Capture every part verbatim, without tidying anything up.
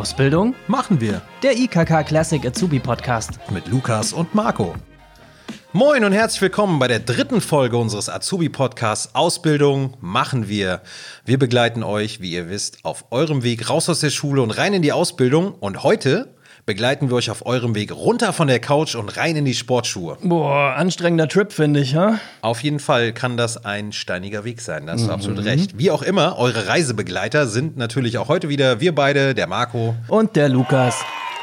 Ausbildung machen wir. Der I K K Classic Azubi Podcast Mit Lukas und Marco. Moin und herzlich willkommen bei der dritten Folge unseres Azubi Podcasts Ausbildung machen wir. Wir begleiten euch, wie ihr wisst, auf eurem Weg raus aus der Schule und rein in die Ausbildung. Und heute begleiten wir euch auf eurem Weg runter von der Couch und rein in die Sportschuhe. Boah, anstrengender Trip, finde ich, ha? Auf jeden Fall kann das ein steiniger Weg sein, da hast du mhm. absolut recht. Wie auch immer, eure Reisebegleiter sind natürlich auch heute wieder wir beide, der Marco und der Lukas.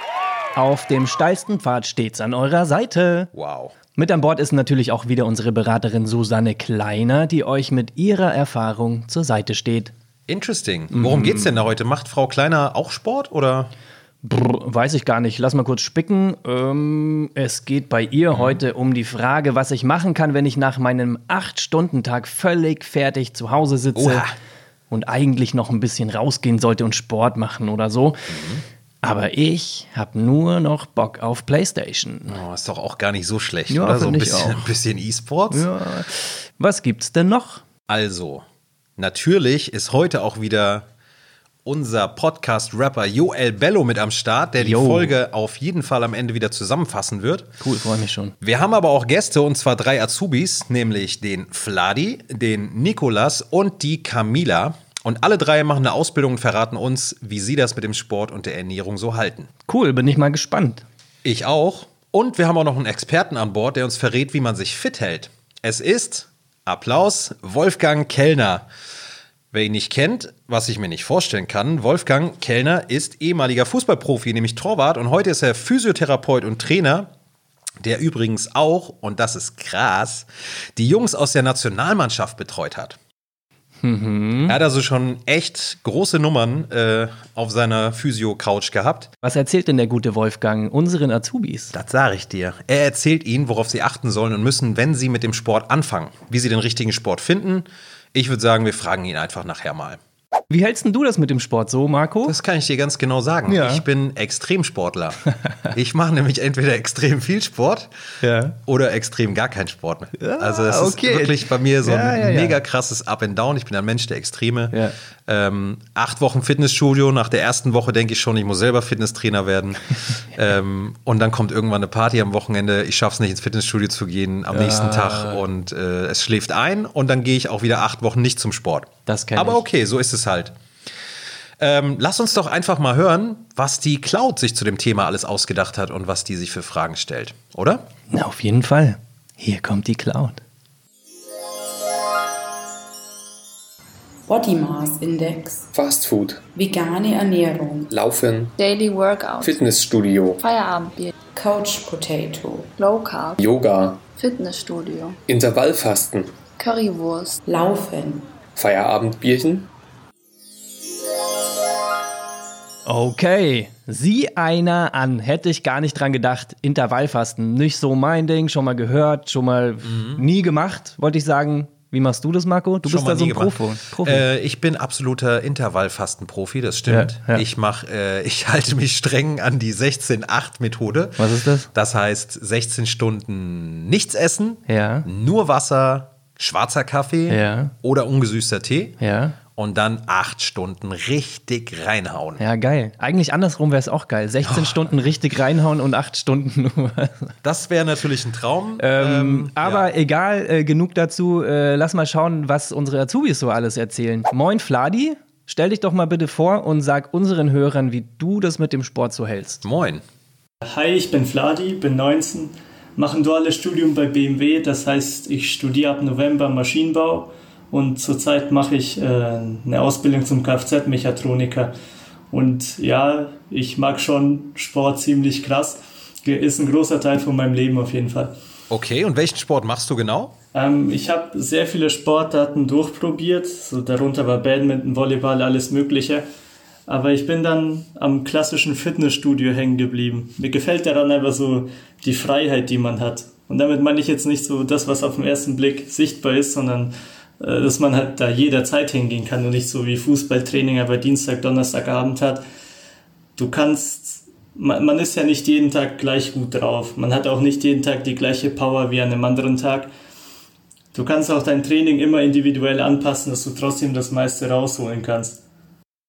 Auf dem steilsten Pfad stets an eurer Seite. Wow. Mit an Bord ist natürlich auch wieder unsere Beraterin Susanne Kleiner, die euch mit ihrer Erfahrung zur Seite steht. Interesting. Worum mhm. geht's denn da heute? Macht Frau Kleiner auch Sport, oder? Brr, weiß ich gar nicht. Lass mal kurz spicken. Ähm, es geht bei ihr mhm. heute um die Frage, was ich machen kann, wenn ich nach meinem acht-Stunden-Tag völlig fertig zu Hause sitze Oha. und eigentlich noch ein bisschen rausgehen sollte und Sport machen oder so. Mhm. Aber ich habe nur noch Bock auf PlayStation. Oh, ist doch auch gar nicht so schlecht, ja, oder? So ein bisschen, ein bisschen E-Sports. Ja. Was gibt's denn noch? Also, natürlich ist heute auch wieder unser Podcast-Rapper Joel Bello mit am Start, der die Yo. Folge auf jeden Fall am Ende wieder zusammenfassen wird. Cool, freue mich schon. Wir haben aber auch Gäste, und zwar drei Azubis, nämlich den Vladi, den Nikolas und die Camila. Und alle drei machen eine Ausbildung und verraten uns, wie sie das mit dem Sport und der Ernährung so halten. Cool, bin ich mal gespannt. Ich auch. Und wir haben auch noch einen Experten an Bord, der uns verrät, wie man sich fit hält. Es ist, Applaus, Wolfgang Kellner. Wer ihn nicht kennt, was ich mir nicht vorstellen kann, Wolfgang Kellner ist ehemaliger Fußballprofi, nämlich Torwart. Und heute ist er Physiotherapeut und Trainer, der übrigens auch, und das ist krass, die Jungs aus der Nationalmannschaft betreut hat. Mhm. Er hat also schon echt große Nummern äh, auf seiner Physio-Couch gehabt. Was erzählt denn der gute Wolfgang unseren Azubis? Das sage ich dir. Er erzählt ihnen, worauf sie achten sollen und müssen, wenn sie mit dem Sport anfangen. Wie sie den richtigen Sport finden. Ich würde sagen, wir fragen ihn einfach nachher mal. Wie hältst denn du das mit dem Sport so, Marco? Das kann ich dir ganz genau sagen. Ja. Ich bin Extremsportler. Ich mache nämlich entweder extrem viel Sport ja. oder extrem gar keinen Sport mehr. Ja, also es okay. ist wirklich bei mir so ein ja, ja, ja. mega krasses Up and Down. Ich bin ein Mensch der Extreme. Ja. Ähm, acht Wochen Fitnessstudio. Nach der ersten Woche denke ich schon, ich muss selber Fitnesstrainer werden. ähm, und dann kommt irgendwann eine Party am Wochenende. Ich schaffe es nicht, ins Fitnessstudio zu gehen am ja. nächsten Tag. Und äh, es schläft ein. Und dann gehe ich auch wieder acht Wochen nicht zum Sport. Das kenn Aber ich. okay, so ist es halt. Ähm, lass uns doch einfach mal hören, was die Cloud sich zu dem Thema alles ausgedacht hat und was die sich für Fragen stellt, oder? Na, auf jeden Fall. Hier kommt die Cloud. Body Mass Index, Fast Food, vegane Ernährung, Laufen, Daily Workout, Fitnessstudio, Feierabendbier, Couch Potato, Low Carb, Yoga, Fitnessstudio, Intervallfasten, Currywurst, Laufen, Feierabendbierchen. Okay, sieh einer an. Hätte ich gar nicht dran gedacht. Intervallfasten, nicht so mein Ding, schon mal gehört, schon mal mhm. nie gemacht, wollte ich sagen. Wie machst du das, Marco? Du schon bist da so ein Profi. Profi. Äh, ich bin absoluter Intervallfasten-Profi, das stimmt. Ja, ja. Ich mach, äh, ich halte mich streng an die sechzehn acht Methode. Was ist das? Das heißt, sechzehn Stunden nichts essen, ja. nur Wasser, schwarzer Kaffee ja. oder ungesüßter Tee. Ja. Und dann acht Stunden richtig reinhauen. Ja, geil. Eigentlich andersrum wäre es auch geil. sechzehn oh. Stunden richtig reinhauen und acht Stunden nur. Das wäre natürlich ein Traum. Ähm, ähm, aber ja. egal, äh, genug dazu. Äh, lass mal schauen, was unsere Azubis so alles erzählen. Moin, Vladi. Stell dich doch mal bitte vor und sag unseren Hörern, wie du das mit dem Sport so hältst. Moin. Hi, ich bin Vladi, bin neunzehn, mache ein duales Studium bei B M W. Das heißt, ich studiere ab November Maschinenbau. Und zurzeit mache ich äh, eine Ausbildung zum Kfz-Mechatroniker. Und ja, ich mag schon Sport ziemlich krass. Ist ein großer Teil von meinem Leben auf jeden Fall. Okay, und welchen Sport machst du genau? Ähm, ich habe sehr viele Sportarten durchprobiert. So, darunter war Badminton, Volleyball, alles Mögliche. Aber ich bin dann am klassischen Fitnessstudio hängen geblieben. Mir gefällt daran einfach so die Freiheit, die man hat. Und damit meine ich jetzt nicht so das, was auf den ersten Blick sichtbar ist, sondern dass man halt da jederzeit hingehen kann und nicht so wie Fußballtraining aber Dienstag, Donnerstagabend hat. Du kannst, man, man ist ja nicht jeden Tag gleich gut drauf. Man hat auch nicht jeden Tag die gleiche Power wie an einem anderen Tag. Du kannst auch dein Training immer individuell anpassen, dass du trotzdem das meiste rausholen kannst.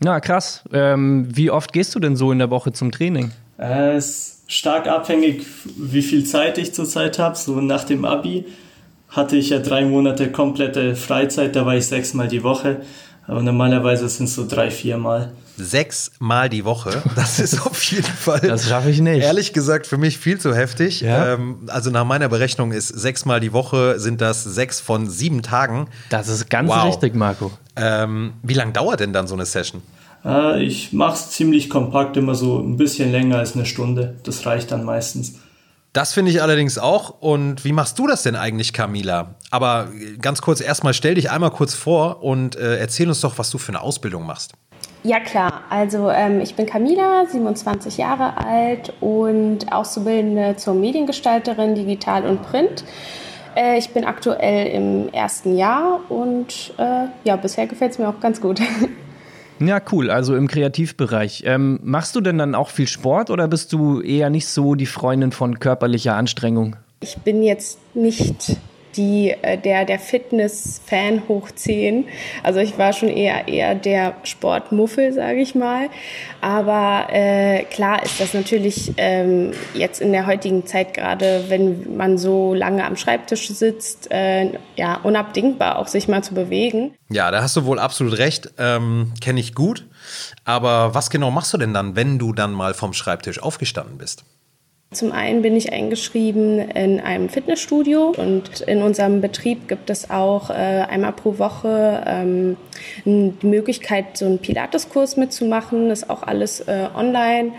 Ja, krass. Ähm, wie oft gehst du denn so in der Woche zum Training? Äh, Es ist stark abhängig, wie viel Zeit ich zurzeit habe. So nach dem Abi hatte ich ja drei Monate komplette Freizeit, da war ich sechsmal die Woche. Aber normalerweise sind es so drei, viermal. Sechsmal die Woche, das ist auf jeden Fall. Das schaffe ich nicht. Ehrlich gesagt, für mich viel zu heftig. Ja. Ähm, also nach meiner Berechnung ist sechsmal die Woche, sind das sechs von sieben Tagen. Das ist ganz Wow. richtig, Marco. Ähm, wie lange dauert denn dann so eine Session? Äh, Ich mache es ziemlich kompakt, immer so ein bisschen länger als eine Stunde. Das reicht dann meistens. Das finde ich allerdings auch. Und wie machst du das denn eigentlich, Camila? Aber ganz kurz, erstmal stell dich einmal kurz vor und äh, erzähl uns doch, was du für eine Ausbildung machst. Ja klar, also ähm, ich bin Camila, siebenundzwanzig Jahre alt und Auszubildende zur Mediengestalterin, Digital und Print. Äh, ich bin aktuell im ersten Jahr und äh, ja, bisher gefällt es mir auch ganz gut. Ja, cool. Also im Kreativbereich. Ähm, machst du denn dann auch viel Sport oder bist du eher nicht so die Freundin von körperlicher Anstrengung? Ich bin jetzt nicht die, äh, der, der Fitness-Fan hoch zehn. Also ich war schon eher, eher der Sportmuffel, sage ich mal. Aber äh, klar ist das natürlich ähm, jetzt in der heutigen Zeit, gerade wenn man so lange am Schreibtisch sitzt, äh, ja, unabdingbar auch sich mal zu bewegen. Ja, da hast du wohl absolut recht. Ähm, kenne ich gut. Aber was genau machst du denn dann, wenn du dann mal vom Schreibtisch aufgestanden bist? Zum einen bin ich eingeschrieben in einem Fitnessstudio und in unserem Betrieb gibt es auch äh, einmal pro Woche ähm, die Möglichkeit, so einen Pilates-Kurs mitzumachen. Das ist auch alles äh, online.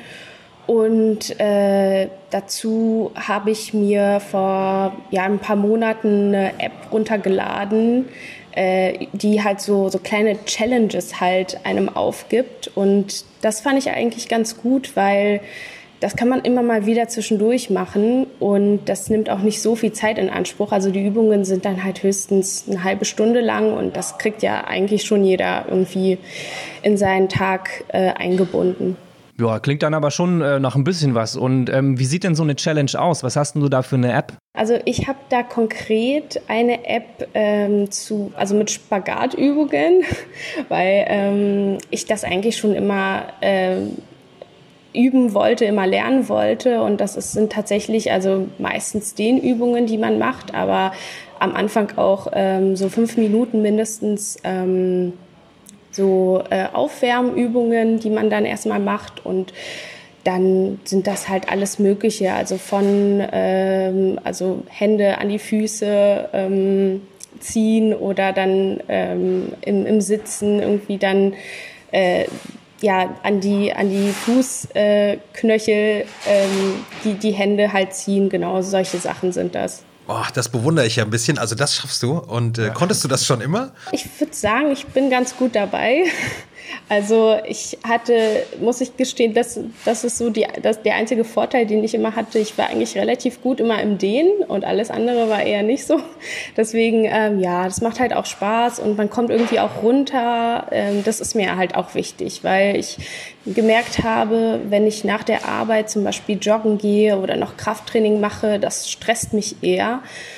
Und äh, dazu habe ich mir vor ja, ein paar Monaten eine App runtergeladen, äh, die halt so, so kleine Challenges halt einem aufgibt. Und das fand ich eigentlich ganz gut, weil das kann man immer mal wieder zwischendurch machen und das nimmt auch nicht so viel Zeit in Anspruch. Also die Übungen sind dann halt höchstens eine halbe Stunde lang und das kriegt ja eigentlich schon jeder irgendwie in seinen Tag äh, eingebunden. Ja, klingt dann aber schon äh, nach ein bisschen was. Und ähm, wie sieht denn so eine Challenge aus? Was hast denn du da für eine App? Also ich habe da konkret eine App ähm, zu, also mit Spagatübungen, weil ähm, ich das eigentlich schon immer ähm, üben wollte, immer lernen wollte und das ist, sind tatsächlich also meistens Dehnübungen, die man macht, aber am Anfang auch ähm, so fünf Minuten mindestens ähm, so äh, Aufwärmübungen, die man dann erstmal macht und dann sind das halt alles Mögliche, also von ähm, also Hände an die Füße ähm, ziehen oder dann ähm, im, im Sitzen irgendwie dann äh, ja, an die, an die Fußknöchel ähm, die, die Hände halt ziehen, genau solche Sachen sind das. Boah, das bewundere ich ja ein bisschen. Also das schaffst du. Und äh, konntest du das schon immer? Ich würde sagen, ich bin ganz gut dabei. Also ich hatte, muss ich gestehen, das, das ist so die, das, der einzige Vorteil, den ich immer hatte. Ich war eigentlich relativ gut immer im Dehnen und alles andere war eher nicht so. Deswegen, ähm, ja, das macht halt auch Spaß und man kommt irgendwie auch runter. Ähm, das ist mir halt auch wichtig, weil ich gemerkt habe, wenn ich nach der Arbeit zum Beispiel joggen gehe oder noch Krafttraining mache, das stresst mich eher.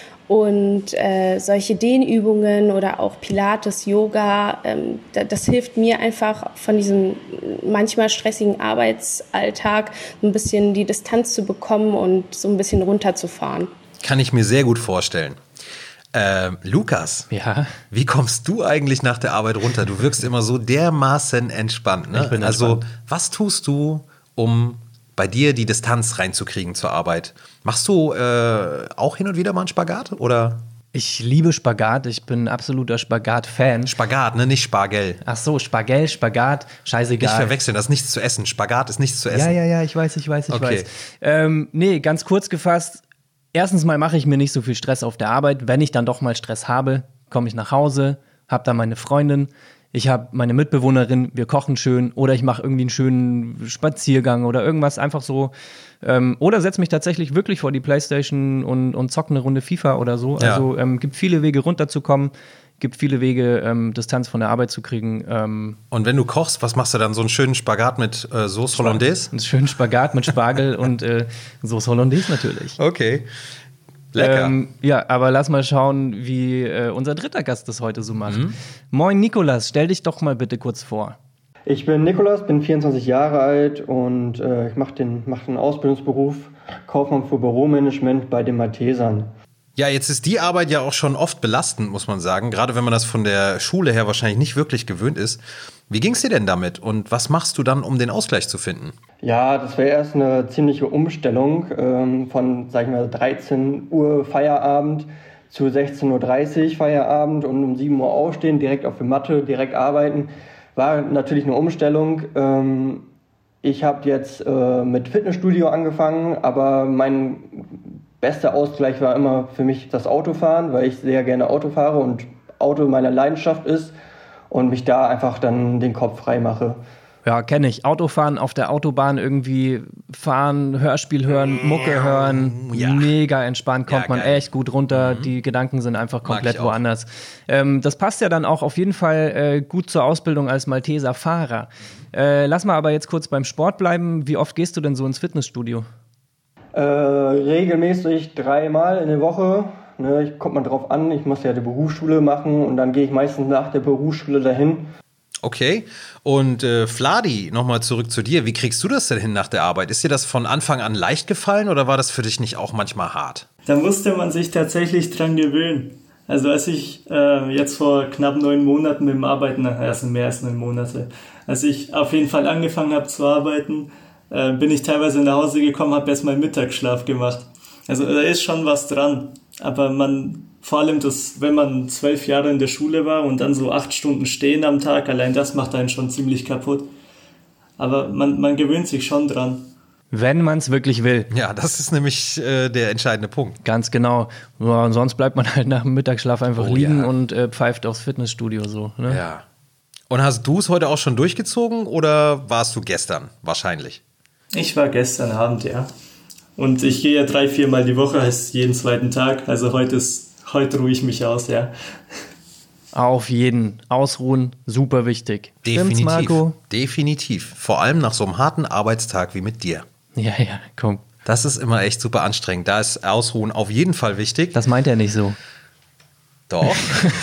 Und äh, solche Dehnübungen oder auch Pilates, Yoga, ähm, da, das hilft mir einfach von diesem manchmal stressigen Arbeitsalltag ein bisschen die Distanz zu bekommen und so ein bisschen runterzufahren. Kann ich mir sehr gut vorstellen. Äh, Lukas, Ja. wie kommst du eigentlich nach der Arbeit runter? Du wirkst immer so dermaßen entspannt. Ne? Ich bin also, entspannt. was tust du, um bei dir die Distanz reinzukriegen zur Arbeit? Machst du äh, auch hin und wieder mal einen Spagat? Oder? Ich liebe Spagat. Ich bin absoluter Spagat-Fan. Spagat, ne? Nicht Spargel. Ach so, Spargel, Spagat, scheißegal. Nicht verwechseln, das ist nichts zu essen. Spagat ist nichts zu essen. Ja, ja, ja, ich weiß, ich weiß, ich Okay. weiß. Ähm, nee, ganz kurz gefasst. Erstens mal mache ich mir nicht so viel Stress auf der Arbeit. Wenn ich dann doch mal Stress habe, komme ich nach Hause, habe da meine Freundin, ich habe meine Mitbewohnerin, wir kochen schön oder ich mache irgendwie einen schönen Spaziergang oder irgendwas einfach so. Ähm, oder setze mich tatsächlich wirklich vor die Playstation und, und zocke eine Runde FIFA oder so. Ja. Also ähm, gibt viele Wege runterzukommen, gibt viele Wege, ähm, Distanz von der Arbeit zu kriegen. Ähm, Und wenn du kochst, was machst du dann? So einen schönen Spagat mit äh, Sauce Hollandaise? einen schönen Spagat mit Spargel und äh, Sauce Hollandaise natürlich. Okay. Lecker. Ähm, ja, aber lass mal schauen, wie äh, unser dritter Gast das heute so macht. Mhm. Moin Nikolas, stell dich doch mal bitte kurz vor. Ich bin Nikolas, bin vierundzwanzig Jahre alt und äh, ich mache den, mach den Ausbildungsberuf Kaufmann für Büromanagement bei den Maltesern. Ja, jetzt ist die Arbeit ja auch schon oft belastend, muss man sagen. Gerade wenn man das von der Schule her wahrscheinlich nicht wirklich gewöhnt ist. Wie ging's dir denn damit und was machst du dann, um den Ausgleich zu finden? Ja, das war erst eine ziemliche Umstellung ähm, von, sag ich mal, dreizehn Uhr Feierabend zu sechzehn Uhr dreißig Feierabend und um sieben Uhr aufstehen, direkt auf die Matte, direkt arbeiten. War natürlich eine Umstellung. Ähm, ich habe jetzt äh, mit Fitnessstudio angefangen, aber mein bester Ausgleich war immer für mich das Autofahren, weil ich sehr gerne Auto fahre und Auto meine Leidenschaft ist und mich da einfach dann den Kopf frei mache. Ja, kenne ich. Autofahren auf der Autobahn, irgendwie fahren, Hörspiel hören, Mucke hören, ja. Mega entspannt, kommt ja, man echt gut runter. Mhm. Die Gedanken sind einfach komplett woanders. Ähm, das passt ja dann auch auf jeden Fall äh, gut zur Ausbildung als Malteser Fahrer. Äh, lass mal aber jetzt kurz beim Sport bleiben. Wie oft gehst du denn so ins Fitnessstudio? Äh, regelmäßig dreimal in der Woche. Ne, ich, kommt man drauf an, ich muss ja die Berufsschule machen und dann gehe ich meistens nach der Berufsschule dahin. Okay, und äh, Vladi, nochmal zurück zu dir. Wie kriegst du das denn hin nach der Arbeit? Ist dir das von Anfang an leicht gefallen oder war das für dich nicht auch manchmal hart? Da musste man sich tatsächlich dran gewöhnen. Also als ich äh, jetzt vor knapp neun Monaten mit dem Arbeiten, also mehr als neun Monate, als ich auf jeden Fall angefangen habe zu arbeiten, äh, bin ich teilweise nach Hause gekommen, habe erst mal Mittagsschlaf gemacht. Also da ist schon was dran, aber man... Vor allem, das, wenn man zwölf Jahre in der Schule war und dann so acht Stunden stehen am Tag, allein das macht einen schon ziemlich kaputt. Aber man, man gewöhnt sich schon dran. Wenn man es wirklich will. Ja, das ist nämlich äh, der entscheidende Punkt. Ganz genau. Ja, und sonst bleibt man halt nach dem Mittagsschlaf einfach oh, liegen ja. und äh, pfeift aufs Fitnessstudio so. Ne? Ja. Und hast du es heute auch schon durchgezogen oder warst du gestern wahrscheinlich? Ich war gestern Abend, ja. Und ich gehe ja drei, viermal die Woche, heißt jeden zweiten Tag. Also heute ist Heute ruhe ich mich aus, ja. Auf jeden. Ausruhen, super wichtig. Definitiv. Stimmt's, Marco? Definitiv. Vor allem nach so einem harten Arbeitstag wie mit dir. Ja, ja, komm. Das ist immer echt super anstrengend. Da ist Ausruhen auf jeden Fall wichtig. Das meint er nicht so. Doch.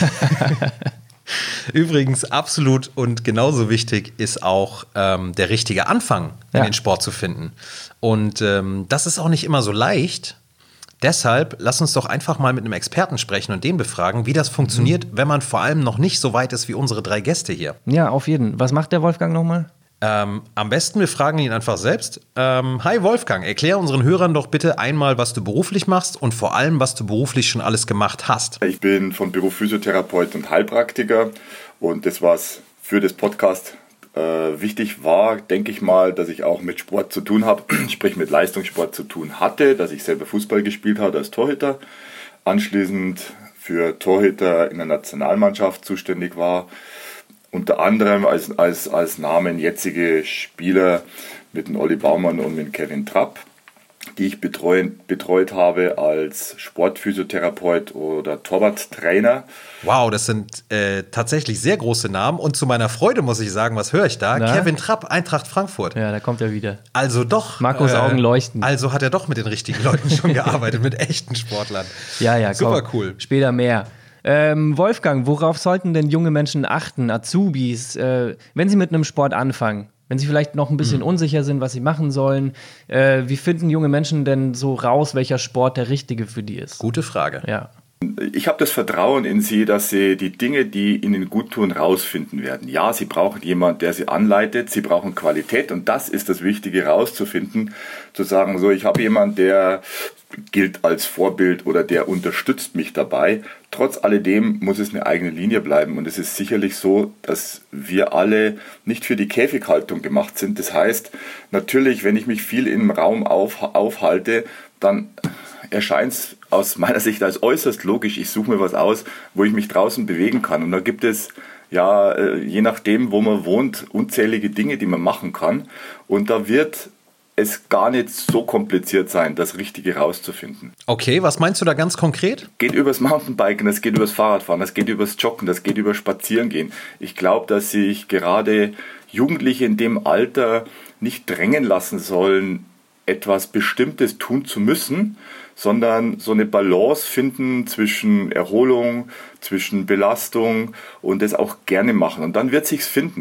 Übrigens, absolut und genauso wichtig ist auch ähm, der richtige Anfang in ja. den Sport zu finden. Und ähm, das ist auch nicht immer so leicht. Deshalb lass uns doch einfach mal mit einem Experten sprechen und den befragen, wie das funktioniert, mhm. wenn man vor allem noch nicht so weit ist wie unsere drei Gäste hier. Ja, auf jeden. Was macht der Wolfgang nochmal? Ähm, am besten, wir fragen ihn einfach selbst. Ähm, hi Wolfgang, erklär unseren Hörern doch bitte einmal, was du beruflich machst und vor allem, was du beruflich schon alles gemacht hast. Ich bin von Beruf Physiotherapeut und Heilpraktiker und das, was für das Podcast Äh, wichtig war, denke ich mal, dass ich auch mit Sport zu tun habe, sprich mit Leistungssport zu tun hatte, dass ich selber Fußball gespielt habe als Torhüter, anschließend für Torhüter in der Nationalmannschaft zuständig war, unter anderem als, als, als Namen jetzige Spieler mit dem Olli Baumann und mit Kevin Trapp, die ich betreut, betreut habe als Sportphysiotherapeut oder Torwarttrainer. Wow, das sind äh, tatsächlich sehr große Namen. Und zu meiner Freude muss ich sagen, was höre ich da? Na? Kevin Trapp, Eintracht Frankfurt. Ja, da kommt er wieder. Also doch. Marcos äh, Augen leuchten. Also hat er doch mit den richtigen Leuten schon gearbeitet, mit echten Sportlern. Ja, ja, super komm, cool. Später mehr. Ähm, Wolfgang, worauf sollten denn junge Menschen achten, Azubis, äh, wenn sie mit einem Sport anfangen? Wenn sie vielleicht noch ein bisschen mhm. unsicher sind, was sie machen sollen. Äh, wie finden junge Menschen denn so raus, welcher Sport der richtige für die ist? Gute Frage. Ja. Ich habe das Vertrauen in sie, dass sie die Dinge, die ihnen gut tun, rausfinden werden. Ja, sie brauchen jemanden, der sie anleitet. Sie brauchen Qualität und das ist das Wichtige, rauszufinden. Zu sagen, so, ich habe jemanden, der gilt als Vorbild oder der unterstützt mich dabei. Trotz alledem muss es eine eigene Linie bleiben und es ist sicherlich so, dass wir alle nicht für die Käfighaltung gemacht sind. Das heißt, natürlich, wenn ich mich viel im Raum auf, aufhalte, dann erscheint es aus meiner Sicht als äußerst logisch, ich suche mir was aus, wo ich mich draußen bewegen kann. Und da gibt es, ja, je nachdem, wo man wohnt, unzählige Dinge, die man machen kann. Und da wird es gar nicht so kompliziert sein, das Richtige rauszufinden. Okay, was meinst du da ganz konkret? Geht übers Mountainbiken, das geht übers Fahrradfahren, das geht übers Joggen, das geht über Spazierengehen. Ich glaube, dass sich gerade Jugendliche in dem Alter nicht drängen lassen sollen, etwas Bestimmtes tun zu müssen, sondern so eine Balance finden zwischen Erholung, zwischen Belastung und das auch gerne machen. Und dann wird sich's finden.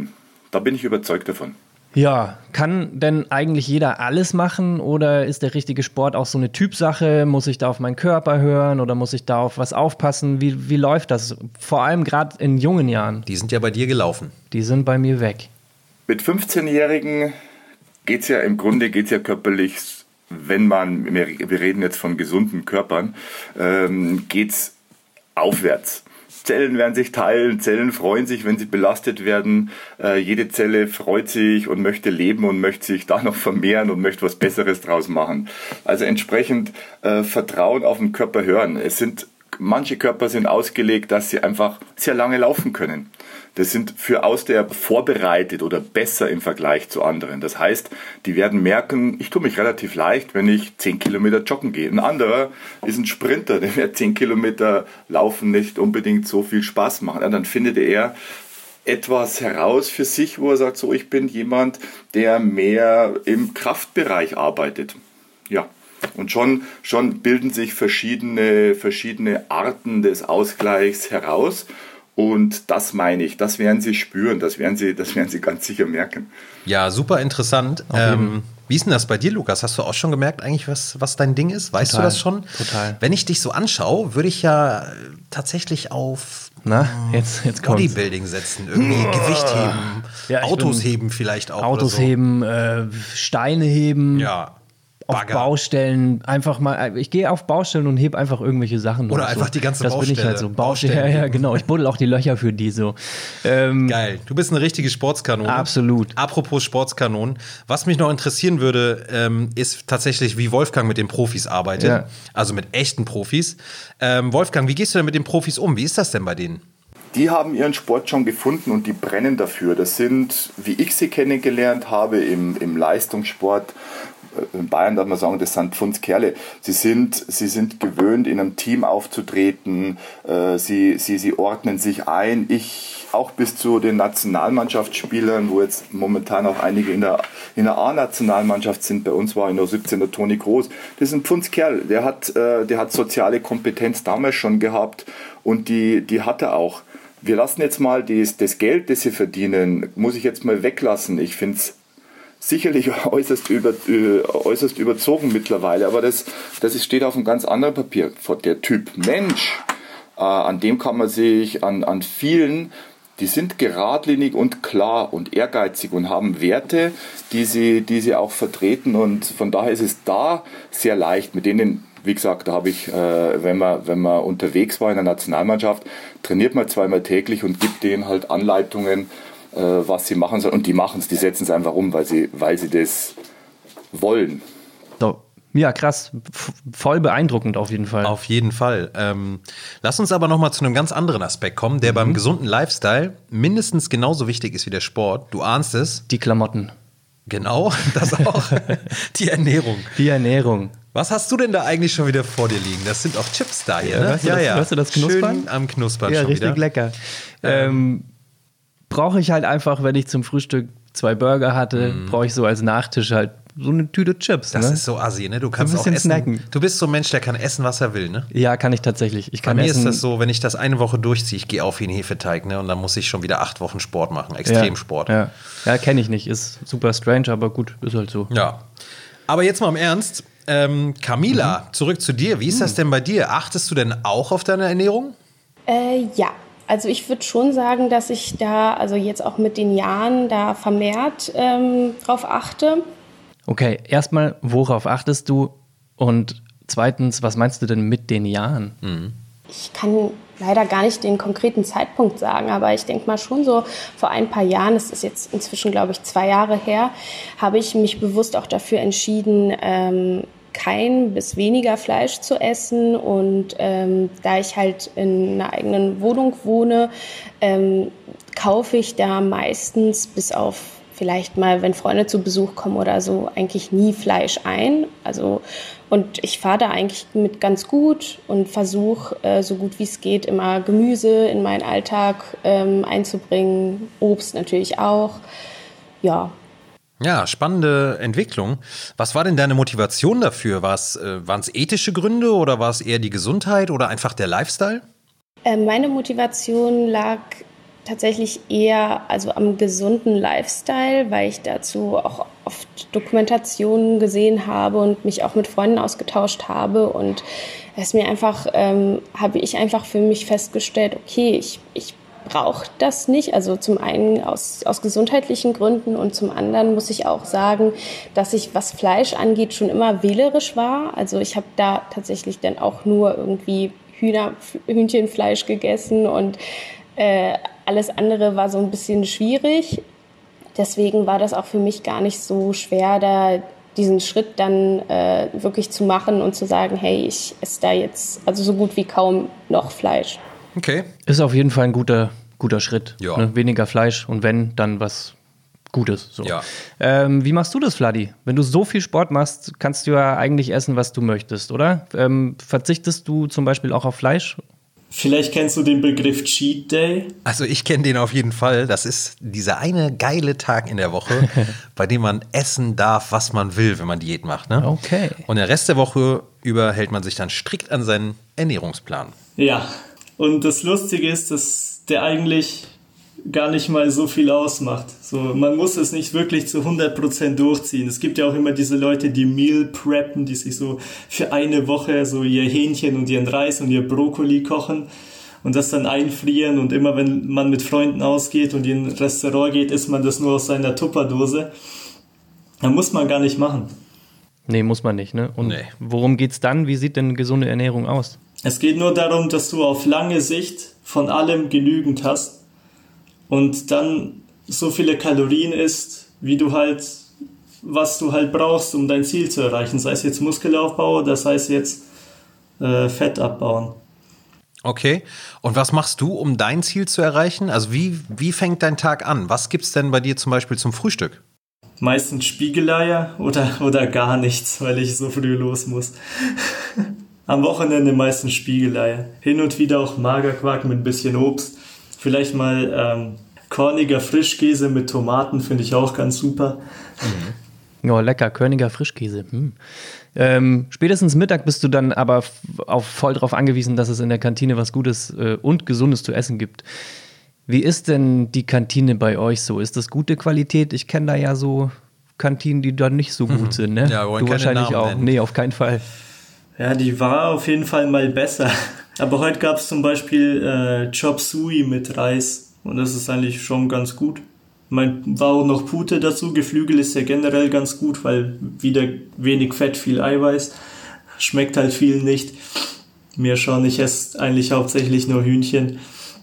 Da bin ich überzeugt davon. Ja, kann denn eigentlich jeder alles machen oder ist der richtige Sport auch so eine Typsache? Muss ich da auf meinen Körper hören oder muss ich da auf was aufpassen? Wie, wie läuft das? Vor allem gerade in jungen Jahren. Die sind ja bei dir gelaufen. Die sind bei mir weg. Mit fünfzehnjährigen geht es ja im Grunde geht's ja körperlich, wenn man, wir reden jetzt von gesunden Körpern, ähm, geht es aufwärts. Zellen werden sich teilen, Zellen freuen sich, wenn sie belastet werden. Äh, jede Zelle freut sich und möchte leben und möchte sich da noch vermehren und möchte was Besseres draus machen. Also entsprechend äh, Vertrauen auf den Körper hören. Es sind, manche Körper sind ausgelegt, dass sie einfach sehr lange laufen können. Das sind für Ausdauer vorbereitet oder besser im Vergleich zu anderen. Das heißt, die werden merken, ich tue mich relativ leicht, wenn ich zehn Kilometer joggen gehe. Ein anderer ist ein Sprinter, der wird zehn Kilometer laufen nicht unbedingt so viel Spaß machen. Ja, dann findet er etwas heraus für sich, wo er sagt, so, ich bin jemand, der mehr im Kraftbereich arbeitet. Ja. Und schon, schon bilden sich verschiedene, verschiedene Arten des Ausgleichs heraus. Und das meine ich, das werden Sie spüren, das werden Sie, das werden Sie ganz sicher merken. Ja, super interessant. Ähm, wie ist denn das bei dir, Lukas? Hast du auch schon gemerkt eigentlich, was, was dein Ding ist? Weißt Total, du das schon? Total. Wenn ich dich so anschaue, würde ich ja tatsächlich auf Na, jetzt, jetzt kommt's. Bodybuilding setzen. Irgendwie Gewicht heben, Ja, ich Autos bin- heben vielleicht auch. Autos oder so. heben, äh, Steine heben. Ja. Auf Bagger. Baustellen einfach mal, ich gehe auf Baustellen und heb einfach irgendwelche Sachen. Oder hoch, einfach so. die ganze Das bin ich Baustelle. halt so. Baustelle, Baustellen. ja, ja, genau. Ich buddel auch die Löcher für die so. Ähm, Geil. Du bist eine richtige Sportskanone. Absolut. Apropos Sportskanonen. Was mich noch interessieren würde, ähm, ist tatsächlich, wie Wolfgang mit den Profis arbeitet. Ja. Also mit echten Profis. Ähm, Wolfgang, wie gehst du denn mit den Profis um? Wie ist das denn bei denen? Die haben ihren Sport schon gefunden und die brennen dafür. Das sind, wie ich sie kennengelernt habe, im, im Leistungssport. In Bayern darf man sagen, das sind Pfundskerle. Sie sind, sie sind gewöhnt, in einem Team aufzutreten. Äh, sie, sie, sie ordnen sich ein. Ich auch bis zu den Nationalmannschaftsspielern, wo jetzt momentan auch einige in der, in der A-Nationalmannschaft sind. Bei uns war in der siebzehn der Toni Groß. Das ist ein Pfundskerl. Der hat, äh, der hat soziale Kompetenz damals schon gehabt und die, die hat er auch. Wir lassen jetzt mal das, das Geld, das sie verdienen, muss ich jetzt mal weglassen. Ich finde es sicherlich äußerst, über, äh, äußerst überzogen mittlerweile, aber das, das ist, steht auf einem ganz anderen Papier. Der Typ Mensch, äh, an dem kann man sich, an, an vielen, die sind geradlinig und klar und ehrgeizig und haben Werte, die sie, die sie auch vertreten und von daher ist es da sehr leicht, mit denen, wie gesagt, da habe ich, äh, wenn man, wenn man unterwegs war in der Nationalmannschaft, trainiert man zweimal täglich und gibt denen halt Anleitungen, was sie machen sollen. Und die machen es, die setzen es einfach um, weil sie, weil sie das wollen. So. Ja, krass. F- voll beeindruckend auf jeden Fall. Auf jeden Fall. Ähm, lass uns aber noch mal zu einem ganz anderen Aspekt kommen, der mhm. beim gesunden Lifestyle mindestens genauso wichtig ist wie der Sport. Du ahnst es. Die Klamotten. Genau, das auch. Die Ernährung. Die Ernährung. Was hast du denn da eigentlich schon wieder vor dir liegen? Das sind auch Chips da hier, Ja, ne? hörst du das- hörst du das Knuspern? Schön am Knuspern Ja, schon richtig wieder. lecker. Ähm, brauche ich halt einfach, wenn ich zum Frühstück zwei Burger hatte, Mhm. brauche ich so als Nachtisch halt so eine Tüte Chips. Das ne? ist so assi, ne? Du kannst auch bisschen essen. snacken. Du bist so ein Mensch, der kann essen, was er will, ne? Ja, kann ich tatsächlich. Ich Bei kann mir essen. ist das so, wenn ich das eine Woche durchziehe, ich gehe auf wie ein Hefeteig, ne? Und dann muss ich schon wieder acht Wochen Sport machen, Extremsport. Ja, ja. ja kenne ich nicht. Ist super strange, aber gut, ist halt so. Ja. Aber jetzt mal im Ernst. Ähm, Camila, Mhm. zurück zu dir. Wie ist das denn bei dir? Achtest du denn auch auf deine Ernährung? Äh, ja, also ich würde schon sagen, dass ich da, also jetzt auch mit den Jahren, da vermehrt ähm, drauf achte. Okay, erstmal, worauf achtest du? Und zweitens, was meinst du denn mit den Jahren? Mhm. Ich kann leider gar nicht den konkreten Zeitpunkt sagen, aber ich denke mal schon so vor ein paar Jahren, das ist jetzt inzwischen, glaube ich, zwei Jahre her, habe ich mich bewusst auch dafür entschieden, ähm, kein bis weniger Fleisch zu essen. Und ähm, da ich halt in einer eigenen Wohnung wohne, ähm, kaufe ich da meistens bis auf vielleicht mal, wenn Freunde zu Besuch kommen oder so, eigentlich nie Fleisch ein. Also, und ich fahre da eigentlich mit ganz gut und versuche, äh, so gut wie es geht, immer Gemüse in meinen Alltag ähm, einzubringen. Obst natürlich auch. Ja. Ja, spannende Entwicklung. Was war denn deine Motivation dafür? Äh, Waren es ethische Gründe oder war es eher die Gesundheit oder einfach der Lifestyle? Äh, meine Motivation lag tatsächlich eher also am gesunden Lifestyle, weil ich dazu auch oft Dokumentationen gesehen habe und mich auch mit Freunden ausgetauscht habe. Und es mir einfach, ähm, habe ich einfach für mich festgestellt, okay, ich, ich brauche das nicht. Also zum einen aus, aus gesundheitlichen Gründen und zum anderen muss ich auch sagen, dass ich, was Fleisch angeht, schon immer wählerisch war. Also ich habe da tatsächlich dann auch nur irgendwie Hühner, Hühnchenfleisch gegessen und äh, alles andere war so ein bisschen schwierig. Deswegen war das auch für mich gar nicht so schwer, da diesen Schritt dann äh, wirklich zu machen und zu sagen, hey, ich esse da jetzt also so gut wie kaum noch Fleisch. Okay. Ist auf jeden Fall ein guter, guter Schritt. Ja. Ne? Weniger Fleisch und wenn, dann was Gutes. So. Ja. Ähm, wie machst du das, Vladi? Wenn du so viel Sport machst, kannst du ja eigentlich essen, was du möchtest, oder? Ähm, verzichtest du zum Beispiel auch auf Fleisch? Vielleicht kennst du den Begriff Cheat Day. Also ich kenne den auf jeden Fall. Das ist dieser eine geile Tag in der Woche, bei dem man essen darf, was man will, wenn man Diät macht. Ne? Okay. Und der Rest der Woche über hält man sich dann strikt an seinen Ernährungsplan. Ja, und das Lustige ist, dass der eigentlich gar nicht mal so viel ausmacht. So, man muss es nicht wirklich zu hundert Prozent durchziehen. Es gibt ja auch immer diese Leute, die Meal preppen, die sich so für eine Woche so ihr Hähnchen und ihren Reis und ihr Brokkoli kochen und das dann einfrieren und immer wenn man mit Freunden ausgeht und in ein Restaurant geht, isst man das nur aus seiner Tupperdose. Das muss man gar nicht machen. Nee, muss man nicht. Ne? Und Nee. worum geht's dann? Wie sieht denn gesunde Ernährung aus? Es geht nur darum, dass du auf lange Sicht von allem genügend hast und dann so viele Kalorien isst, wie du halt, was du halt brauchst, um dein Ziel zu erreichen. Sei es jetzt Muskelaufbau oder sei es jetzt äh, Fett abbauen. Okay. Und was machst du, um dein Ziel zu erreichen? Also wie, wie fängt dein Tag an? Was gibt's denn bei dir zum Beispiel zum Frühstück? Meistens Spiegeleier oder, oder gar nichts, weil ich so früh los muss. Am Wochenende meistens Spiegeleier. Hin und wieder auch Magerquark mit ein bisschen Obst. Vielleicht mal ähm, Körniger Frischkäse mit Tomaten, finde ich auch ganz super. Mhm. Ja, lecker, Körniger Frischkäse. Hm. Ähm, spätestens Mittag bist du dann aber f- auf, voll darauf angewiesen, dass es in der Kantine was Gutes äh, und Gesundes zu essen gibt. Wie ist denn die Kantine bei euch so? Ist das gute Qualität? Ich kenne da ja so Kantinen, die dann nicht so gut sind, ne? Ja, wir wollen du keine wahrscheinlich Namen auch. nennen. Nee, auf keinen Fall. Ja, die war auf jeden Fall mal besser. Aber heute gab es zum Beispiel äh, Chop Suey mit Reis. Und das ist eigentlich schon ganz gut. Mein, war auch noch Pute dazu. Geflügel ist ja generell ganz gut, weil wieder wenig Fett, viel Eiweiß. Schmeckt halt viel nicht. Mir schon, ich esse eigentlich hauptsächlich nur Hühnchen.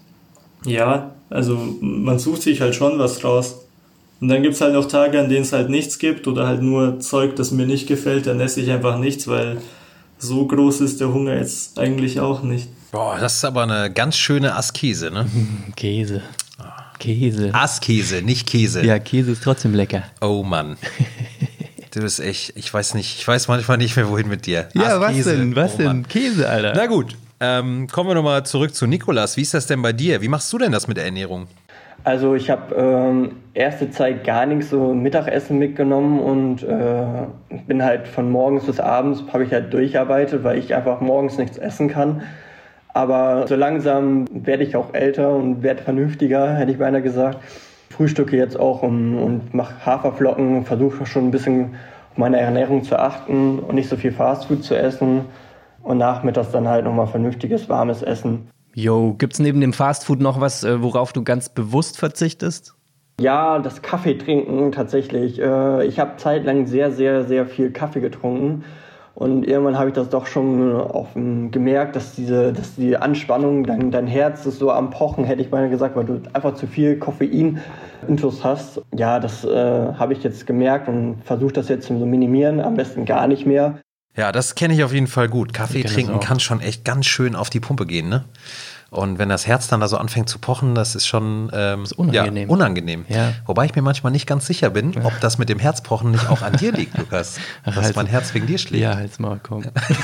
Ja, also man sucht sich halt schon was raus. Und dann gibt's halt noch Tage, an denen es halt nichts gibt oder halt nur Zeug, das mir nicht gefällt. Dann esse ich einfach nichts, weil so groß ist der Hunger jetzt eigentlich auch nicht. Boah, das ist aber eine ganz schöne Askese, ne? Käse. Käse. Askese, nicht Käse. Ja, Käse ist trotzdem lecker. Oh Mann. Du bist echt, ich weiß nicht, ich weiß manchmal nicht mehr, wohin mit dir. Ja, was Askese. denn? Was Oh denn? Mann. Käse, Alter. Na gut, ähm, kommen wir nochmal zurück zu Nikolas. Wie ist das denn bei dir? Wie machst du denn das mit der Ernährung? Also ich habe ähm, erste Zeit gar nichts so Mittagessen mitgenommen und äh, bin halt von morgens bis abends, habe ich halt durchgearbeitet, weil ich einfach morgens nichts essen kann. Aber so langsam werde ich auch älter und werde vernünftiger, hätte ich beinahe gesagt. Frühstücke jetzt auch um, und mache Haferflocken, versuche schon ein bisschen auf meine Ernährung zu achten und nicht so viel Fastfood zu essen. Und nachmittags dann halt nochmal vernünftiges, warmes Essen. Jo, gibt's neben dem Fastfood noch was, äh, worauf du ganz bewusst verzichtest? Ja, das Kaffee trinken tatsächlich. Äh, ich habe zeitlang sehr, sehr, sehr viel Kaffee getrunken. Und irgendwann habe ich das doch schon auf, gemerkt, dass diese, dass die Anspannung, dein, dein Herz ist so am Pochen, hätte ich beinahe gesagt, weil du einfach zu viel Koffein-Intus hast. Ja, das äh, habe ich jetzt gemerkt und versuche das jetzt zu minimieren, am besten gar nicht mehr. Ja, das kenne ich auf jeden Fall gut. Kaffee trinken auch. kann schon echt ganz schön auf die Pumpe gehen, ne? Und wenn das Herz dann da so anfängt zu pochen, das ist schon ähm, ist unangenehm. Ja, unangenehm. Ja. Wobei ich mir manchmal nicht ganz sicher bin, ob das mit dem Herzpochen nicht auch an dir liegt, Lukas. Dass Halt's- mein Herz wegen dir schlägt. Ja, halt's mal, komm.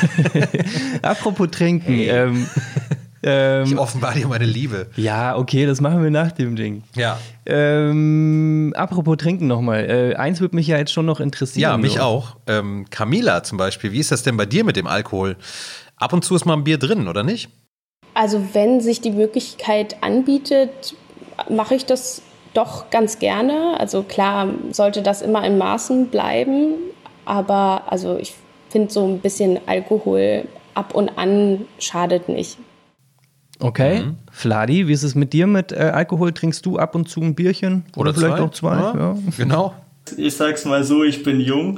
Apropos trinken. Ähm, Ich ähm, offenbare dir meine Liebe. ja, okay, das machen wir nach dem Ding. Ja. Ähm, apropos trinken nochmal. Äh, eins würde mich ja jetzt schon noch interessieren. Ja, mich so. auch. Ähm, Camila zum Beispiel, wie ist das denn bei dir mit dem Alkohol? Ab und zu ist mal ein Bier drin, oder nicht? Also wenn sich die Möglichkeit anbietet, mache ich das doch ganz gerne. Also klar, sollte das immer in Maßen bleiben, aber also ich finde so ein bisschen Alkohol ab und an schadet nicht. Okay, Mhm. Fladi, wie ist es mit dir mit äh, Alkohol? Trinkst du ab und zu ein Bierchen? Oder, Oder vielleicht zwei? auch zwei? Ja, Ja. genau. Ich sag's mal so, ich bin jung.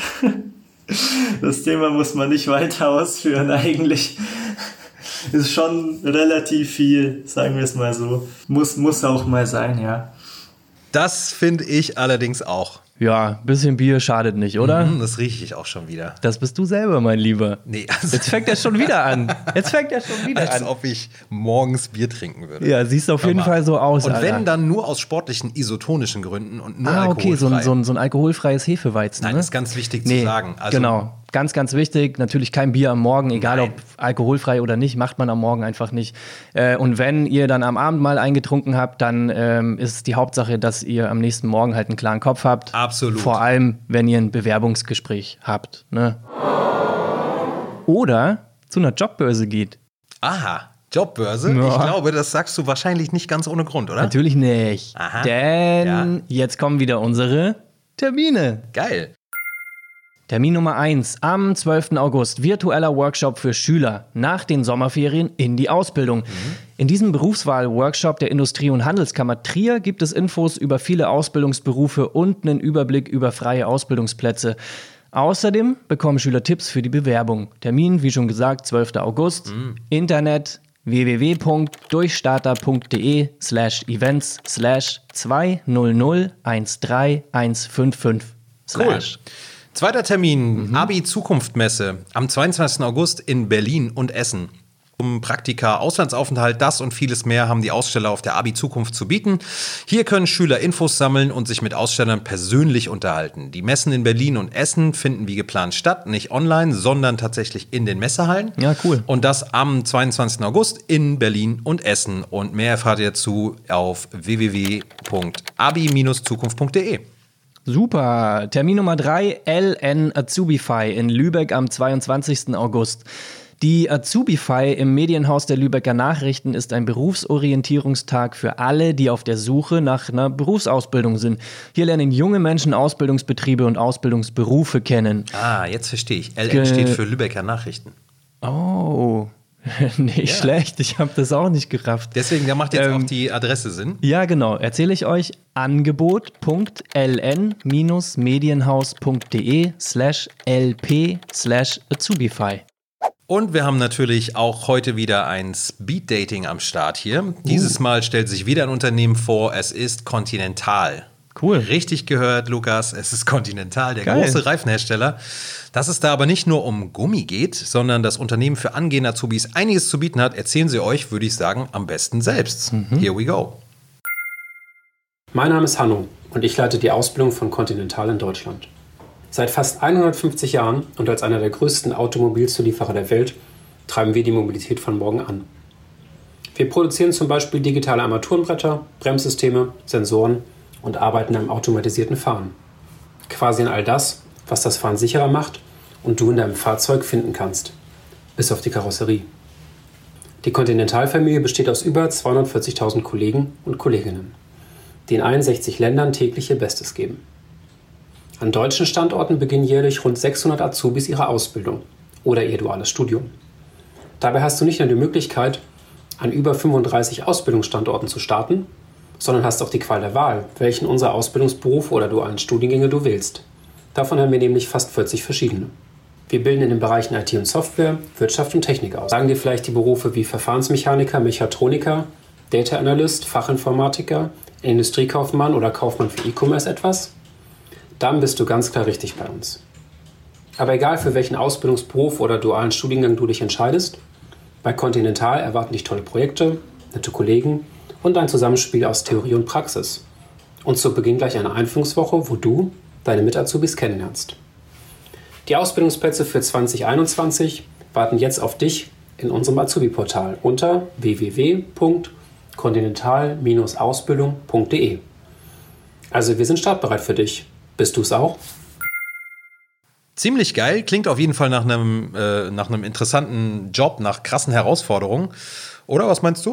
Das Thema muss man nicht weiter ausführen eigentlich. Ist schon relativ viel, sagen wir es mal so. Muss, muss auch mal sein, ja. Das finde ich allerdings auch. Ja, ein bisschen Bier schadet nicht, oder? Mhm, das rieche ich auch schon wieder. Das bist du selber, mein Lieber. Nee, also Jetzt fängt er schon wieder an. Jetzt fängt er schon wieder als an. ob ich morgens Bier trinken würde. Ja, siehst auf Hör jeden mal. Fall so aus, Und Alter. wenn, dann nur aus sportlichen, isotonischen Gründen und nur Ah, alkoholfrei. okay, so ein, so, ein, so ein alkoholfreies Hefeweizen. Nein, ne? das ist ganz wichtig zu Nee, sagen. Also, genau, ganz, ganz wichtig. Natürlich kein Bier am Morgen, egal Nein. ob alkoholfrei oder nicht, macht man am Morgen einfach nicht. Äh, und wenn ihr dann am Abend mal eingetrunken habt, dann ähm, ist die Hauptsache, dass ihr am nächsten Morgen halt einen klaren Kopf habt. Absolut. Vor allem, wenn ihr ein Bewerbungsgespräch habt. Ne? Oder zu einer Jobbörse geht. Aha, Jobbörse. Ja. Ich glaube, das sagst du wahrscheinlich nicht ganz ohne Grund, oder? Natürlich nicht. Aha. Denn Ja. jetzt kommen wieder unsere Termine. Geil. Termin Nummer eins am zwölften August, virtueller Workshop für Schüler nach den Sommerferien in die Ausbildung. In diesem Berufswahl-Workshop der Industrie- und Handelskammer Trier gibt es Infos über viele Ausbildungsberufe und einen Überblick über freie Ausbildungsplätze. Außerdem bekommen Schüler Tipps für die Bewerbung. Termin, wie schon gesagt, zwölften August. Internet w w w punkt durchstarter punkt d e slash events slash zwei null null eins drei eins fünf fünf slash. Zweiter Termin, Abi-Zukunftmesse am zweiundzwanzigsten August in Berlin und Essen. Um Praktika, Auslandsaufenthalt, das und vieles mehr haben die Aussteller auf der Abi-Zukunft zu bieten. Hier können Schüler Infos sammeln und sich mit Ausstellern persönlich unterhalten. Die Messen in Berlin und Essen finden wie geplant statt, nicht online, sondern tatsächlich in den Messehallen. Ja, cool. Und das am zweiundzwanzigsten August in Berlin und Essen. Und mehr erfahrt ihr dazu auf w w w punkt abi Bindestrich zukunft punkt d e. Super. Termin Nummer drei, L N Azubify in Lübeck am zweiundzwanzigsten August. Die Azubify im Medienhaus der Lübecker Nachrichten ist ein Berufsorientierungstag für alle, die auf der Suche nach einer Berufsausbildung sind. Hier lernen junge Menschen Ausbildungsbetriebe und Ausbildungsberufe kennen. Ah, jetzt verstehe ich. L N Ge- steht für Lübecker Nachrichten. Oh, nicht Ja. schlecht. Ich habe das auch nicht gerafft. Deswegen, da macht jetzt Ähm, auch die Adresse Sinn. Ja, genau. Erzähle ich euch. Angebot punkt l n medienhaus punkt d e slash l p slash Azubify. Und wir haben natürlich auch heute wieder ein Speed-Dating am Start hier. Dieses Mal stellt sich wieder ein Unternehmen vor. Es ist Continental. Cool. Richtig gehört, Lukas. Es ist Continental, der Geil. große Reifenhersteller. Dass es da aber nicht nur um Gummi geht, sondern das Unternehmen für angehende Azubis einiges zu bieten hat, erzählen sie euch, würde ich sagen, am besten selbst. Here we go. Mein Name ist Hanno und ich leite die Ausbildung von Continental in Deutschland. Seit fast hundertfünfzig Jahren und als einer der größten Automobilzulieferer der Welt treiben wir die Mobilität von morgen an. Wir produzieren zum Beispiel digitale Armaturenbretter, Bremssysteme, Sensoren und arbeiten am automatisierten Fahren. Quasi an all das, was das Fahren sicherer macht und du in deinem Fahrzeug finden kannst. Bis auf die Karosserie. Die Continental-Familie besteht aus über zweihundertvierzigtausend Kollegen und Kolleginnen, die in einundsechzig Ländern täglich ihr Bestes geben. An deutschen Standorten beginnen jährlich rund sechshundert Azubis ihre Ausbildung oder ihr duales Studium. Dabei hast du nicht nur die Möglichkeit, an über fünfunddreißig Ausbildungsstandorten zu starten, sondern hast auch die Qual der Wahl, welchen unserer Ausbildungsberufe oder dualen Studiengänge du wählst. Davon haben wir nämlich fast vierzig verschiedene. Wir bilden in den Bereichen I T und Software, Wirtschaft und Technik aus. Sagen dir vielleicht die Berufe wie Verfahrensmechaniker, Mechatroniker, Data Analyst, Fachinformatiker, Industriekaufmann oder Kaufmann für E-Commerce etwas? Dann bist du ganz klar richtig bei uns. Aber egal für welchen Ausbildungsberuf oder dualen Studiengang du dich entscheidest, bei Continental erwarten dich tolle Projekte, nette Kollegen und ein Zusammenspiel aus Theorie und Praxis. Und zu Beginn gleich eine Einführungswoche, wo du deine Mit-Azubis kennenlernst. Die Ausbildungsplätze für zwanzig einundzwanzig warten jetzt auf dich in unserem Azubi-Portal unter w w w punkt continental Bindestrich ausbildung punkt d e. Also wir sind startbereit für dich. Bist du es auch? Ziemlich geil, klingt auf jeden Fall nach einem, äh, nach einem interessanten Job, nach krassen Herausforderungen. Oder was meinst du?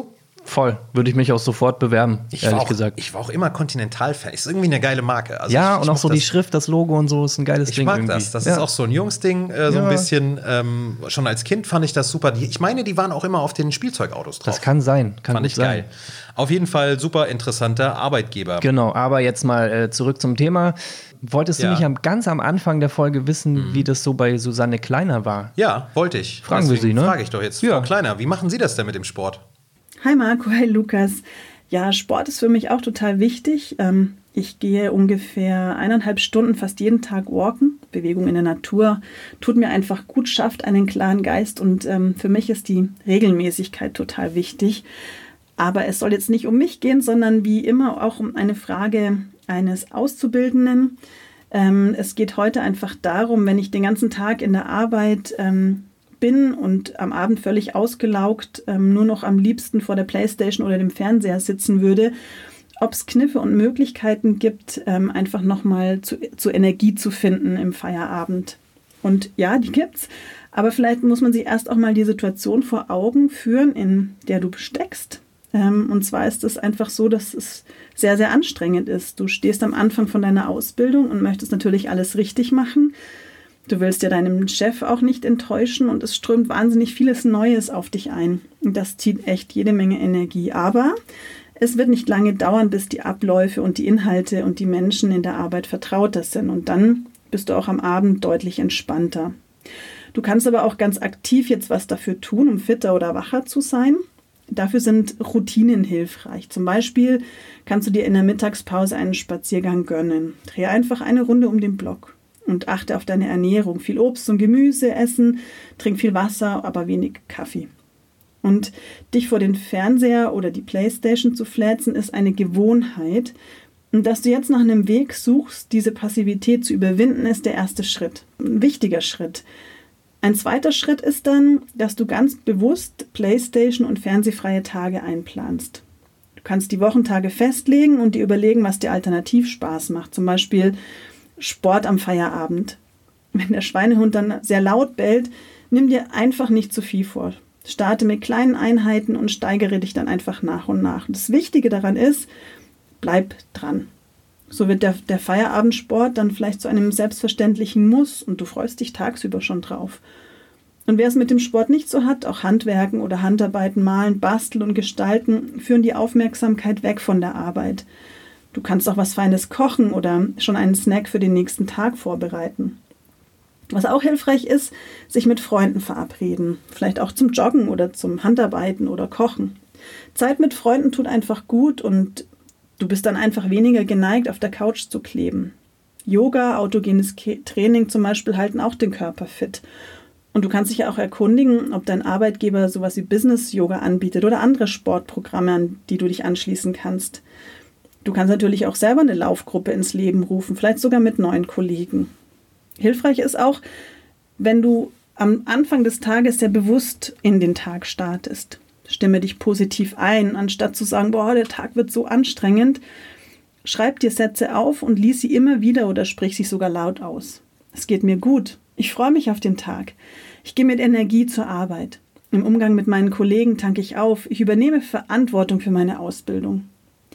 Voll. Würde ich mich auch sofort bewerben, Ich ehrlich war auch, gesagt. Ich war auch immer Continental-Fan. Ist irgendwie eine geile Marke. Also ja, ich, ich und auch so das. die Schrift, das Logo und so ist ein geiles Ich Ding mag irgendwie. das. Das ja. ist auch so ein Jungsding, äh, so Ja. ein bisschen. Ähm, schon als Kind fand ich das super. Die, ich meine, die waren auch immer auf den Spielzeugautos drauf. Das kann sein. Kann fand gut ich sein. geil. Auf jeden Fall super interessanter Arbeitgeber. Genau, aber jetzt mal äh, zurück zum Thema. Wolltest du Ja. nicht am, ganz am Anfang der Folge wissen, Mhm. wie das so bei Susanne Kleiner war? Ja, wollte ich. Fragen wir sie, ne? Frage ich doch jetzt. Ja. Frau Kleiner, wie machen Sie das denn mit dem Sport? Hi Marco, hi Lukas. Ja, Sport ist für mich auch total wichtig. Ähm, ich gehe ungefähr eineinhalb Stunden fast jeden Tag walken. Bewegung in der Natur tut mir einfach gut, schafft einen klaren Geist und ähm, für mich ist die Regelmäßigkeit total wichtig. Aber es soll jetzt nicht um mich gehen, sondern wie immer auch um eine Frage eines Auszubildenden. Ähm, es geht heute einfach darum, wenn ich den ganzen Tag in der Arbeit ähm, bin und am Abend völlig ausgelaugt ähm, nur noch am liebsten vor der Playstation oder dem Fernseher sitzen würde, ob es Kniffe und Möglichkeiten gibt, ähm, einfach nochmal zu, zu Energie zu finden im Feierabend. Und ja, die gibt's, aber vielleicht muss man sich erst auch mal die Situation vor Augen führen, in der du steckst. Ähm, und zwar ist es einfach so, dass es sehr, sehr anstrengend ist. Du stehst am Anfang von deiner Ausbildung und möchtest natürlich alles richtig machen. Du willst ja deinem Chef auch nicht enttäuschen und es strömt wahnsinnig vieles Neues auf dich ein. Und das zieht echt jede Menge Energie. Aber es wird nicht lange dauern, bis die Abläufe und die Inhalte und die Menschen in der Arbeit vertrauter sind. Und dann bist du auch am Abend deutlich entspannter. Du kannst aber auch ganz aktiv jetzt was dafür tun, um fitter oder wacher zu sein. Dafür sind Routinen hilfreich. Zum Beispiel kannst du dir in der Mittagspause einen Spaziergang gönnen. Dreh einfach eine Runde um den Block. Und achte auf deine Ernährung. Viel Obst und Gemüse essen, trink viel Wasser, aber wenig Kaffee. Und dich vor den Fernseher oder die Playstation zu fläzen, ist eine Gewohnheit. Und dass du jetzt nach einem Weg suchst, diese Passivität zu überwinden, ist der erste Schritt. Ein wichtiger Schritt. Ein zweiter Schritt ist dann, dass du ganz bewusst Playstation und fernsehfreie Tage einplanst. Du kannst die Wochentage festlegen und dir überlegen, was dir alternativ Spaß macht. Zum Beispiel Sport am Feierabend. Wenn der Schweinehund dann sehr laut bellt, nimm dir einfach nicht zu viel vor. Starte mit kleinen Einheiten und steigere dich dann einfach nach und nach. Das Wichtige daran ist, bleib dran. So wird der, der Feierabendsport dann vielleicht zu einem selbstverständlichen Muss und du freust dich tagsüber schon drauf. Und wer es mit dem Sport nicht so hat, auch Handwerken oder Handarbeiten, Malen, Basteln und Gestalten, führen die Aufmerksamkeit weg von der Arbeit. Du kannst auch was Feines kochen oder schon einen Snack für den nächsten Tag vorbereiten. Was auch hilfreich ist, sich mit Freunden verabreden. Vielleicht auch zum Joggen oder zum Handarbeiten oder Kochen. Zeit mit Freunden tut einfach gut und du bist dann einfach weniger geneigt, auf der Couch zu kleben. Yoga, autogenes Training zum Beispiel halten auch den Körper fit. Und du kannst dich ja auch erkundigen, ob dein Arbeitgeber sowas wie Business-Yoga anbietet oder andere Sportprogramme, an die du dich anschließen kannst. Du kannst natürlich auch selber eine Laufgruppe ins Leben rufen, vielleicht sogar mit neuen Kollegen. Hilfreich ist auch, wenn du am Anfang des Tages sehr bewusst in den Tag startest. Stimme dich positiv ein, anstatt zu sagen, boah, der Tag wird so anstrengend. Schreib dir Sätze auf und lies sie immer wieder oder sprich sie sogar laut aus. Es geht mir gut. Ich freue mich auf den Tag. Ich gehe mit Energie zur Arbeit. Im Umgang mit meinen Kollegen tanke ich auf. Ich übernehme Verantwortung für meine Ausbildung.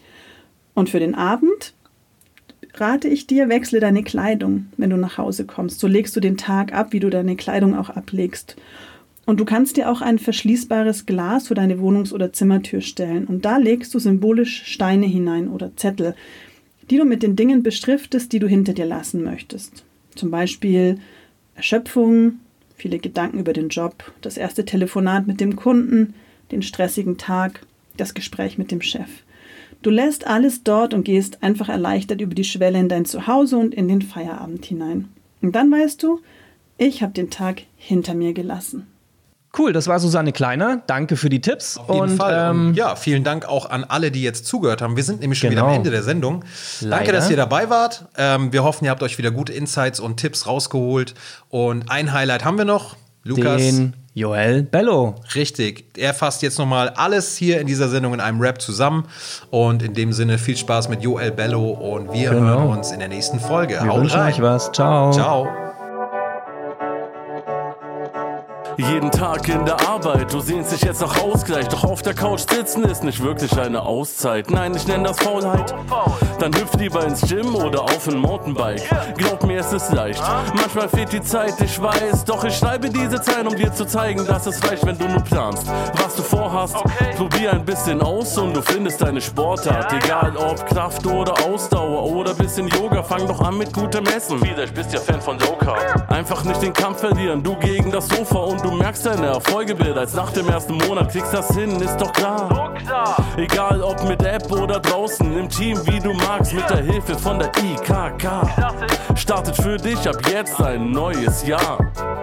Und für den Abend rate ich dir, wechsle deine Kleidung, wenn du nach Hause kommst. So legst du den Tag ab, wie du deine Kleidung auch ablegst. Und du kannst dir auch ein verschließbares Glas vor deine Wohnungs- oder Zimmertür stellen. Und da legst du symbolisch Steine hinein oder Zettel, die du mit den Dingen beschriftest, die du hinter dir lassen möchtest. Zum Beispiel Erschöpfung, viele Gedanken über den Job, das erste Telefonat mit dem Kunden, den stressigen Tag, das Gespräch mit dem Chef. Du lässt alles dort und gehst einfach erleichtert über die Schwelle in dein Zuhause und in den Feierabend hinein. Und dann weißt du, ich habe den Tag hinter mir gelassen. Cool, das war Susanne Kleiner. Danke für die Tipps. Auf jeden und, Fall. Ähm, und ja, vielen Dank auch an alle, die jetzt zugehört haben. Wir sind nämlich schon genau. wieder am Ende der Sendung. Leider. Danke, dass ihr dabei wart. Ähm, wir hoffen, ihr habt euch wieder gute Insights und Tipps rausgeholt. Und ein Highlight haben wir noch. Lukas. Den Joel Bello. Richtig. Er fasst jetzt nochmal alles hier in dieser Sendung in einem Rap zusammen. Und in dem Sinne viel Spaß mit Joel Bello. Und wir Genau. hören uns in der nächsten Folge. Wir Haut wünschen rein. euch was. Ciao. Ciao. Jeden Tag in der Arbeit, du sehnst dich jetzt nach Ausgleich. Doch auf der Couch sitzen ist nicht wirklich eine Auszeit. Nein, ich nenn das Faulheit. Dann hüpf lieber ins Gym oder auf ein Mountainbike. Glaub mir, es ist leicht. Manchmal fehlt die Zeit, ich weiß. Doch ich schreibe diese Zeilen, um dir zu zeigen, dass es reicht, wenn du nur planst, was du vorhast. Probier ein bisschen aus und du findest deine Sportart. Egal ob Kraft oder Ausdauer oder bisschen Yoga, fang doch an mit gutem Essen. Wieder, ich bist ja Fan von Low Carb. Einfach nicht den Kampf verlieren, du gegen das Sofa und du merkst deine Erfolge als nach dem ersten Monat. Kriegst das hin, ist doch klar. Egal ob mit App oder draußen, im Team wie du magst, mit der Hilfe von der I K K. Startet für dich ab jetzt ein neues Jahr.